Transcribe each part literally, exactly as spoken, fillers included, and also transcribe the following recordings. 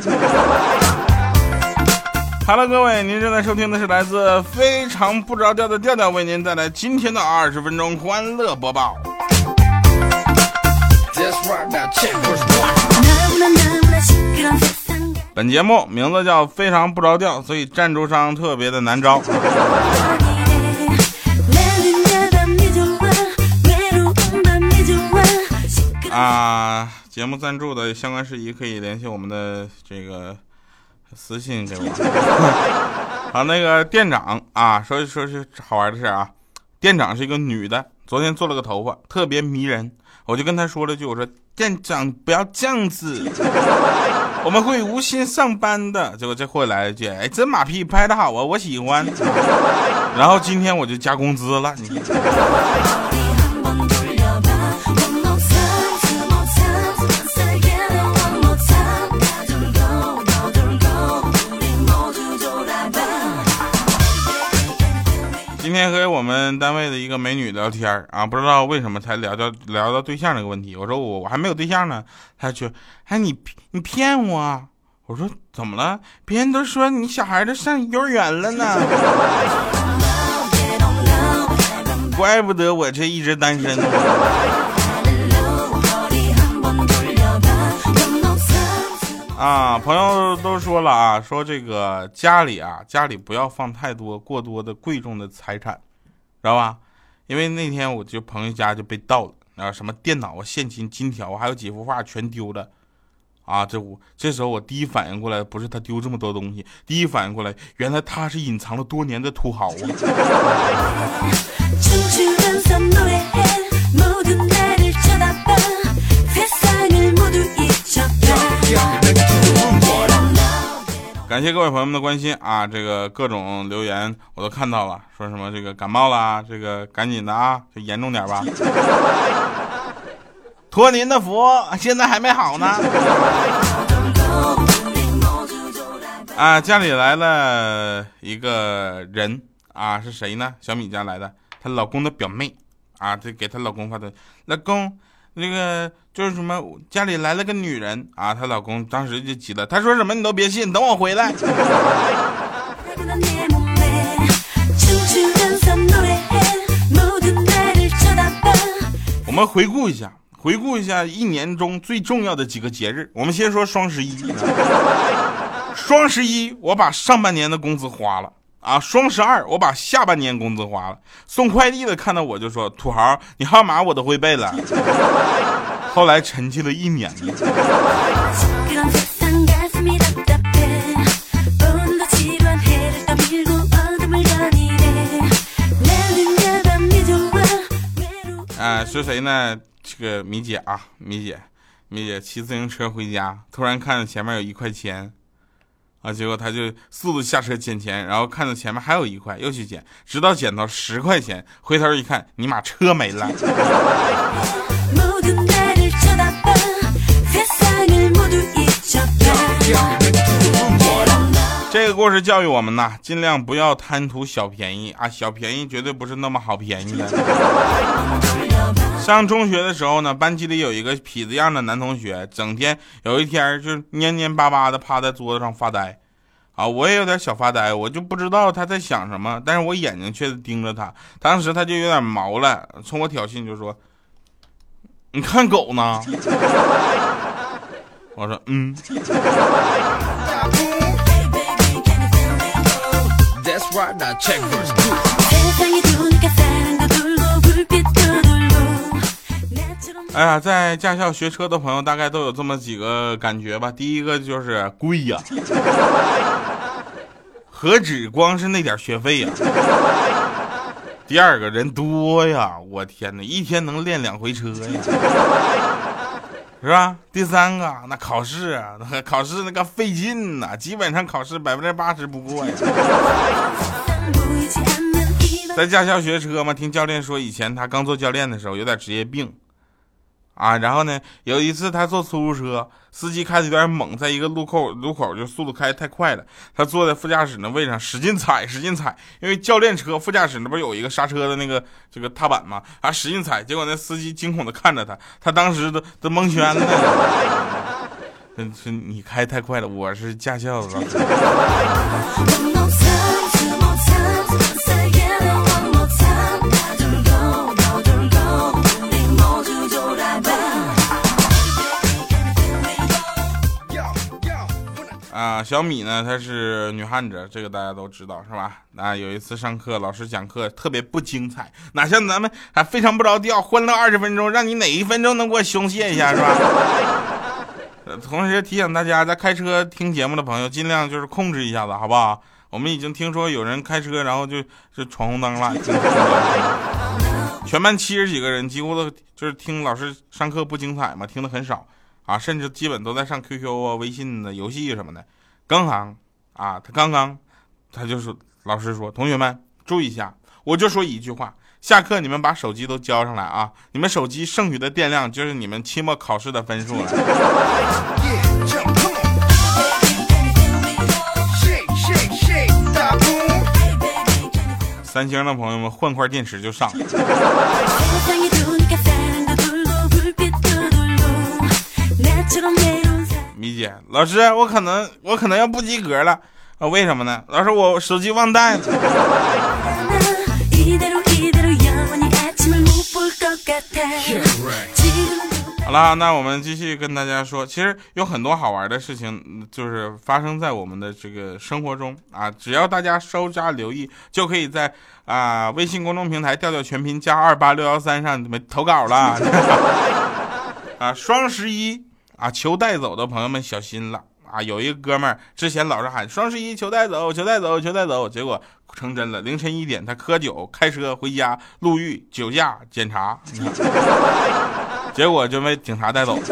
Hello， 各位，您正在收听的是来自非常不着调的调调为您带来今天的二十分钟欢乐播报。本节目名字叫非常不着调，所以赞助商特别的难招。啊，节目赞助的相关事宜可以联系我们的这个私信给我。好，那个店长啊，说说是好玩的事啊。店长是一个女的，昨天做了个头发，特别迷人。我就跟她说了句，我说店长不要这样子，我们会无心上班的。结果这货来了句，哎，这马屁拍得好啊，我喜欢。然后今天我就加工资了。你今天和我们单位的一个美女聊天啊，不知道为什么才聊到聊到对象这个问题。我说我我还没有对象呢，她就哎你你骗我啊！我说怎么了？别人都说你小孩都上幼儿园了呢，怪不得我这一直单身。啊，朋友都说了啊，说这个家里啊，家里不要放太多过多的贵重的财产，知道吧？因为那天我就朋友家就被盗了，然后什么电脑啊、现金、金条，还有几幅画全丢了。啊，这我这时候我第一反应过来，不是他丢这么多东西，第一反应过来，原来他是隐藏了多年的土豪啊。感谢各位朋友们的关心啊，这个各种留言我都看到了，说什么这个感冒啦，这个赶紧的啊，就严重点吧。托您的福，现在还没好呢。啊，家里来了一个人啊，是谁呢？小米家来的，她老公的表妹啊，这给她老公发的，老公。那个就是什么，家里来了个女人啊，她老公当时就急了，他说什么你都别信，等我回来。我们回顾一下，回顾一下一年中最重要的几个节日。我们先说双十一。双十一我把上半年的工资花了啊，双十二我把下半年工资花了。送快递的看到我就说，土豪你号码我都会背了。后来沉寂了一年了。啊，是谁呢？这个米姐啊，米姐米姐骑自行车回家，突然看到前面有一块钱啊，结果他就速度下车捡钱，然后看到前面还有一块，又去捡，直到捡到十块钱，回头一看，尼玛车没了。这个故事教育我们呐，尽量不要贪图小便宜啊，小便宜绝对不是那么好便宜的。上中学的时候呢，班级里有一个痞子样的男同学，整天有一天就蔫蔫巴巴的趴在桌子上发呆啊，我也有点小发呆，我就不知道他在想什么，但是我眼睛却盯着他。当时他就有点毛了，冲我挑衅就说，你看狗呢？我说嗯。哎呀，在驾校学车的朋友大概都有这么几个感觉吧。第一个就是贵呀，何止光是那点学费呀。第二个人多呀，我天哪，一天能练两回车呀，是吧？第三个那考试啊，考试那个费劲呐、啊，基本上考试百分之八十不过呀。在驾校学车嘛，听教练说，以前他刚做教练的时候有点职业病。啊，然后呢，有一次他坐出租车，司机开的有点猛，在一个路口路口就速度开太快了，他坐在副驾驶那位上使劲踩使劲踩，因为教练车副驾驶那不是有一个刹车的那个这个踏板吗？啊，使劲踩，结果那司机惊恐的看着他，他当时都都蒙圈了。 是是你开太快了，我是驾校的老师。啊，小米呢，她是女汉子，这个大家都知道是吧？啊，有一次上课，老师讲课特别不精彩，哪像咱们还非常不着调，欢乐二十分钟，让你哪一分钟能给我胸泄一下是吧？同时提醒大家，在开车听节目的朋友，尽量就是控制一下子，好不好？我们已经听说有人开车，然后就就闯红灯了。全班七十几个人，几乎都就是听老师上课不精彩嘛，听得很少啊，甚至基本都在上 Q Q 啊、微信的游戏什么的。刚刚啊，他刚刚他就是老师说，同学们注意一下，我就说一句话。下课你们把手机都交上来啊！你们手机剩余的电量就是你们期末考试的分数了。三星的朋友们换块电池就上。米姐，老师，我可能我可能要不及格了啊？为什么呢？老师，我手机忘带了。好了，那我们继续跟大家说，其实有很多好玩的事情就是发生在我们的这个生活中啊，只要大家稍加留意，就可以在啊微信公众平台调调全拼加二八六幺三上没投稿了啊，双十一啊求带走的朋友们小心了啊！有一个哥们儿之前老是喊双十一求带走求带走求带走，结果成真了，凌晨一点他喝酒开车回家路遇酒驾检查，结果就被警察带走。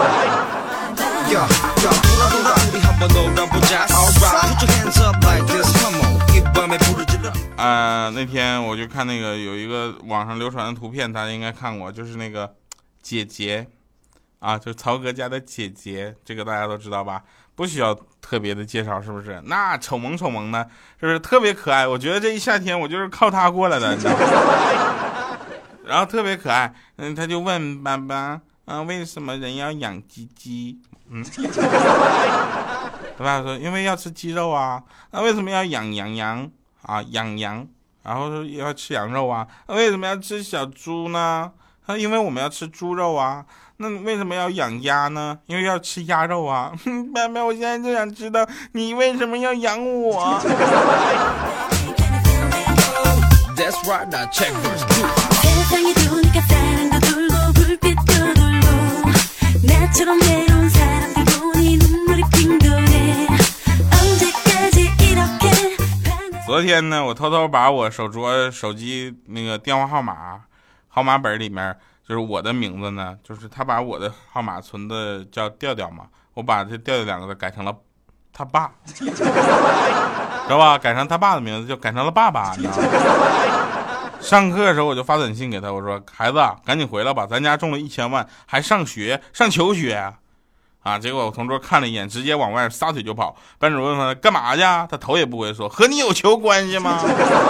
呃，那天我就看那个有一个网上流传的图片，大家应该看过，就是那个姐姐啊，就曹哥家的姐姐，这个大家都知道吧？不需要特别的介绍，是不是？那丑萌丑萌的，是不是特别可爱？我觉得这一夏天我就是靠她过来的，你知道吗？然后特别可爱，嗯，他就问爸爸，啊，为什么人要养鸡鸡？嗯，他爸说，因为要吃鸡肉啊。那为什么要养羊羊啊？养羊，然后说要吃羊肉啊。那为什么要吃小猪呢？啊，因为我们要吃猪肉啊。那为什么要养鸭呢？因为要吃鸭肉啊。爸爸，我现在就想知道你为什么要养我。昨天呢，我偷偷把我手镯手机那个电话号码号码本里面，就是我的名字呢，就是他把我的号码存的叫调调嘛，我把这调调两个字改成了他爸，知道吧？改成他爸的名字就改成了爸爸，你知道吗？上课的时候我就发短信给他，我说孩子赶紧回来吧，咱家中了一千万，还上学上求学啊！结果我同桌看了一眼，直接往外撒腿就跑。班主任问他干嘛去，他头也不回说和你有球关系吗？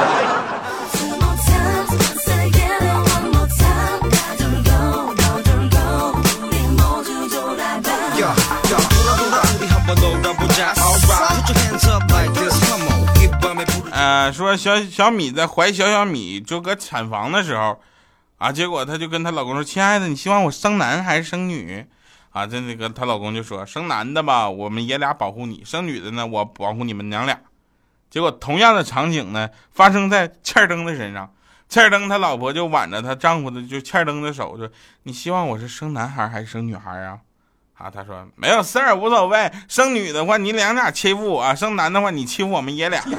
呃，说小小米在怀小小米就搁产房的时候啊，结果她就跟她老公说，亲爱的，你希望我生男还是生女啊？这那个她老公就说，生男的吧，我们爷俩保护你；生女的呢，我保护你们娘俩。结果同样的场景呢，发生在欠儿登的身上。欠儿登他老婆就挽着他丈夫的就欠儿登的手，说，你希望我是生男孩还是生女孩啊？啊，他说没有事儿，无所谓。生女的话，你两俩欺负我；生男的话，你欺负我们爷俩。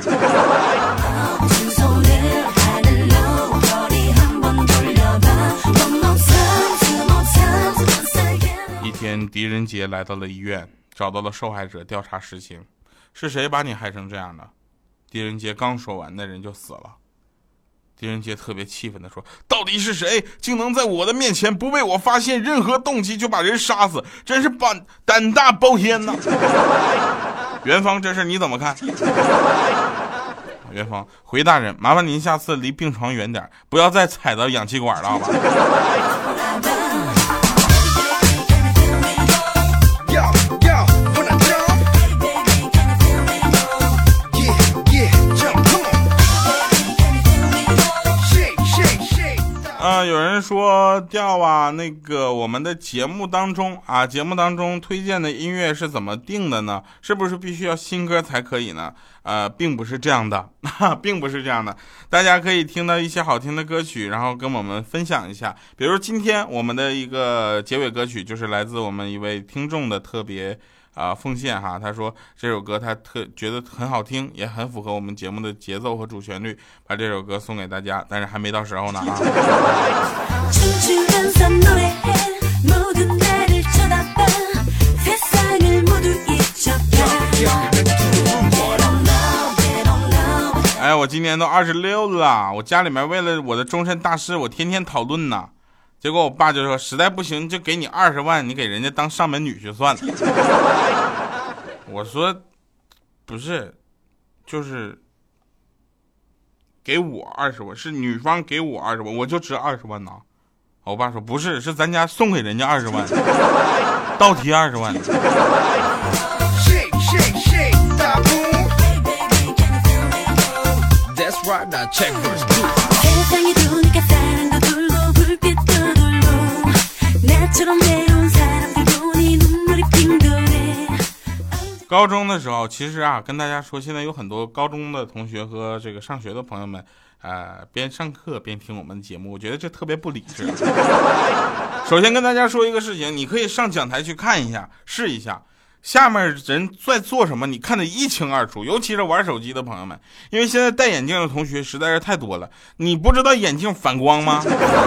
一天，狄仁杰来到了医院，找到了受害者，调查实情。是谁把你害成这样的？狄仁杰刚说完，那人就死了。狄仁杰特别气愤地说，到底是谁竟能在我的面前不被我发现任何动机就把人杀死，真是胆胆大包天呐！元芳，这事你怎么看？元芳，回大人，麻烦您下次离病床远点，不要再踩到氧气管了，好吧？ 有人说调啊，那个我们的节目当中啊，节目当中推荐的音乐是怎么定的呢？是不是必须要新歌才可以呢？呃，并不是这样的，并不是这样的。大家可以听到一些好听的歌曲，然后跟我们分享一下。比如今天我们的一个结尾歌曲，就是来自我们一位听众的特别啊、呃、奉献哈。他说这首歌他特觉得很好听，也很符合我们节目的节奏和主旋律，把这首歌送给大家，但是还没到时候呢啊。哎，我今年都二十六了，我家里面为了我的终身大事，我天天讨论呢。结果我爸就说，实在不行就给你二十万，你给人家当上门女婿算了。我说不是，就是给我二十万，是女方给我二十万，我就值二十万呢。我爸说不是，是咱家送给人家二十万，倒贴二十万。高中的时候，其实啊，跟大家说，现在有很多高中的同学和这个上学的朋友们，呃，边上课边听我们的节目，我觉得这特别不理智。首先跟大家说一个事情，你可以上讲台去看一下，试一下。下面人在做什么你看得一清二楚，尤其是玩手机的朋友们，因为现在戴眼镜的同学实在是太多了，你不知道眼镜反光吗？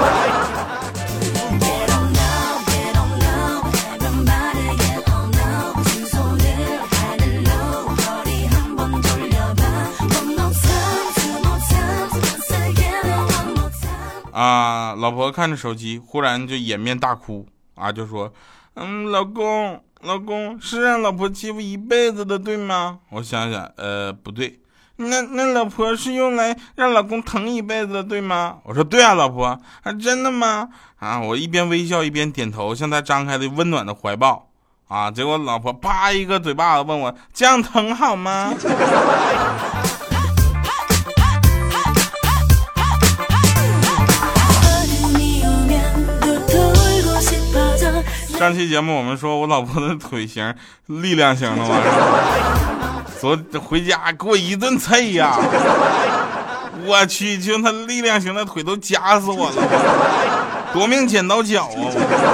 啊，老婆看着手机忽然就掩面大哭啊，就说嗯，老公老公是让老婆欺负一辈子的，对吗？我想想，呃，不对，那那老婆是用来让老公疼一辈子的，对吗？我说对啊，老婆啊，真的吗？啊，我一边微笑一边点头，向他张开的温暖的怀抱啊，结果老婆啪一个嘴巴子问我，这样疼好吗？上期节目我们说我老婆的腿型力量型的嘛，昨回家给我一顿啐呀，我去，就那力量型的腿都夹死我了，夺命剪刀脚啊！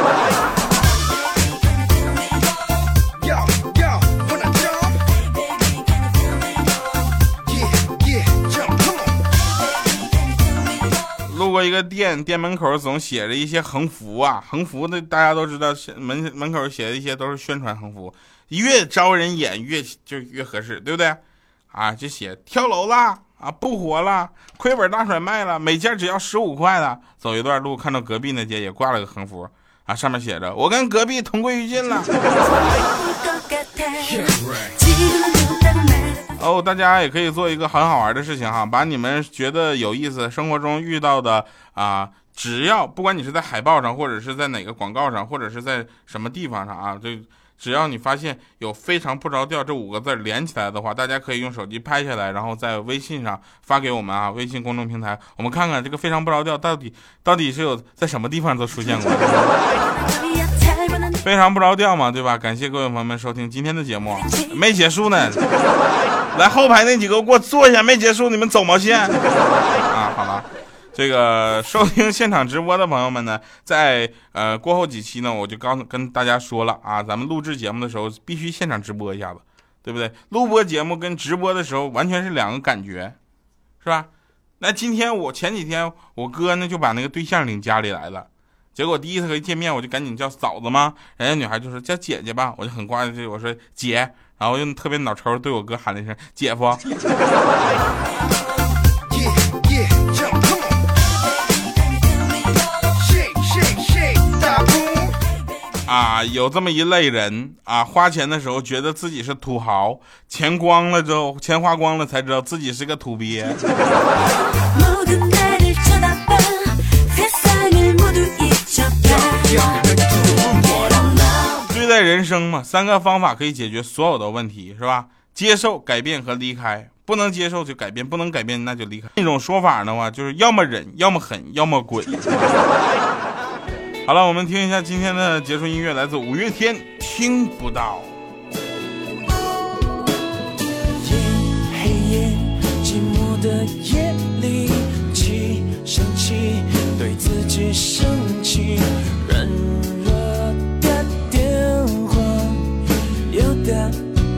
路过一个店，店门口总写着一些横幅啊，横幅的大家都知道，门门口写的一些都是宣传横幅，越招人眼越就越合适，对不对？啊，就写跳楼啦，啊不活了，亏本大甩卖了，每件只要十五块了。走一段路，看到隔壁那街也挂了个横幅啊，上面写着我跟隔壁同归于尽了。哦，大家也可以做一个很好玩的事情哈，把你们觉得有意思生活中遇到的啊，只要不管你是在海报上，或者是在哪个广告上，或者是在什么地方上啊，就只要你发现有非常不着调这五个字连起来的话，大家可以用手机拍下来，然后在微信上发给我们啊，微信公众平台，我们看看这个非常不着调到底到底是有在什么地方都出现过的。非常不着调嘛，对吧？感谢各位朋友们收听今天的节目，没结束呢，来后排那几个给我坐下，没结束，你们走毛线啊？好了，这个收听现场直播的朋友们呢，在呃过后几期呢，我就刚跟大家说了啊，咱们录制节目的时候必须现场直播一下子，对不对？录播节目跟直播的时候完全是两个感觉，是吧？那今天我前几天我哥呢就把那个对象领家里来了。结果第一次和一见面，我就赶紧叫嫂子嘛，人家女孩就说叫姐姐吧，我就很挂着这，我说姐，然后用特别脑抽对我哥喊了一声姐夫。啊，有这么一类人啊，花钱的时候觉得自己是土豪，钱光了之后，钱花光了才知道自己是个土鳖。对待人生嘛，三个方法可以解决所有的问题，是吧？接受、改变和离开。 不能接受就改变，不能改变那就离开。那种说法的话，就是要么忍，要么狠，要么滚。好了，我们听一下今天的结束音乐，来自五月天，听不到。 黑夜寂寞的夜里，气生气，对自己生气，软弱的电话又打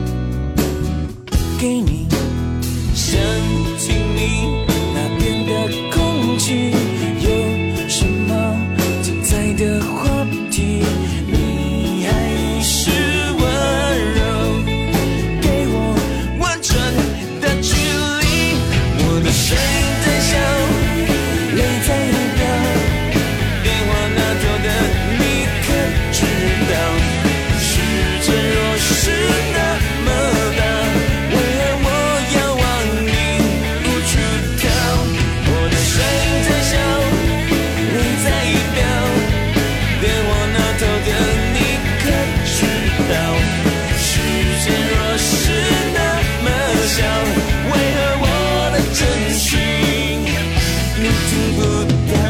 给你，想听你那边的空气，有什么精彩的话题，你还是温柔给我完整的距离，我的声音在笑，泪在飙，电话那头的你可知道，时间若是那么大，为何我要往你无处逃，我的声音在笑，泪在飙，电话那头的你可知道，时间若是那么小，为何我的真心你听不到。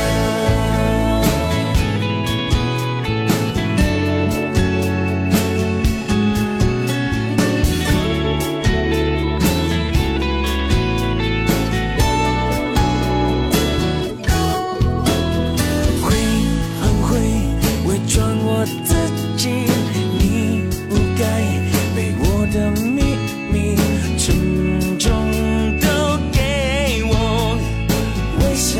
会很会伪装我自己，你不该被我的秘密沉重都给我微笑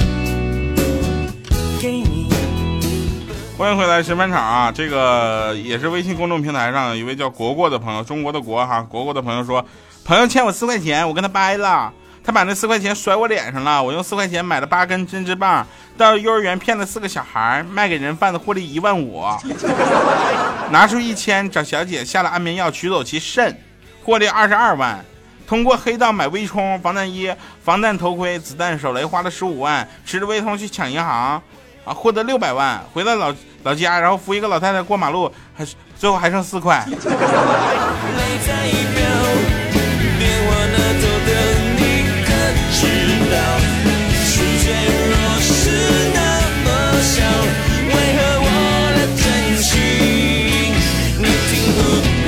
给你。 欢迎回来神返场啊！这个也是微信公众平台上有一位叫国国的朋友，中国的国哈，国国的朋友说，朋友欠我四块钱，我跟他掰了，他把那四块钱甩我脸上了，我用四块钱买了八根针织棒，到幼儿园骗了四个小孩，卖给人贩子获利一万五，拿出一千找小姐下了安眠药，取走其肾，获利二十二万。通过黑道买微冲、防弹衣、防弹头盔、子弹手雷，花了十五万，持着微冲去抢银行，啊，获得六百万，回到老老家，然后扶一个老太太过马路，还最后还剩四块。 泪在飙，电话那头的你可知道，世界若是那么小，为何我的真心你听不到，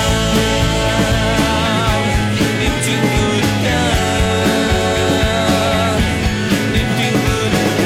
你听不到，你听不到。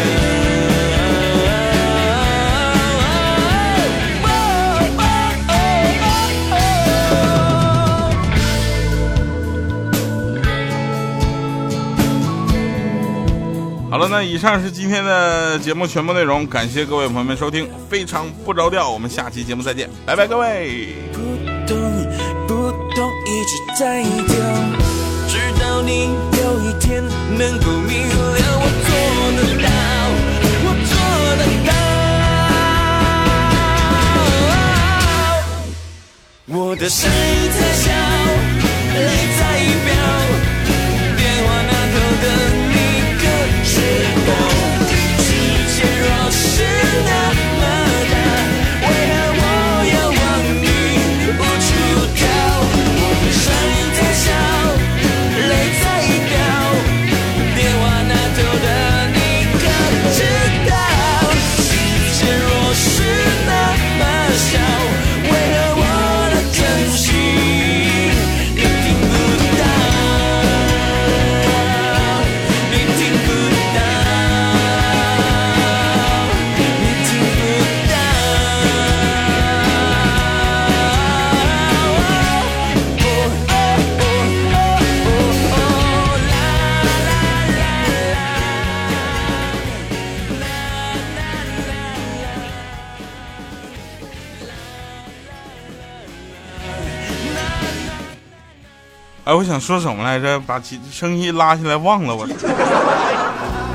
好了，那以上是今天的节目全部内容，感谢各位朋友们收听，非常不着调，我们下期节目再见，拜拜各位。 不懂不懂，一直在跳，直到你有一天能够明了，我做得到，我做得到，我的声音在笑，泪在飙，电话那头的你可知道，世界若是那么大，为何我要往你无处逃，我的声音在笑，泪在飙，电话那头的你可知道，世界若是那么小，为何我的真心你听不到，你听不到，你听不到，哦哦哦哦哦，啦啦啦啦， 哎，我想说什么来着？把声音拉下来忘了我。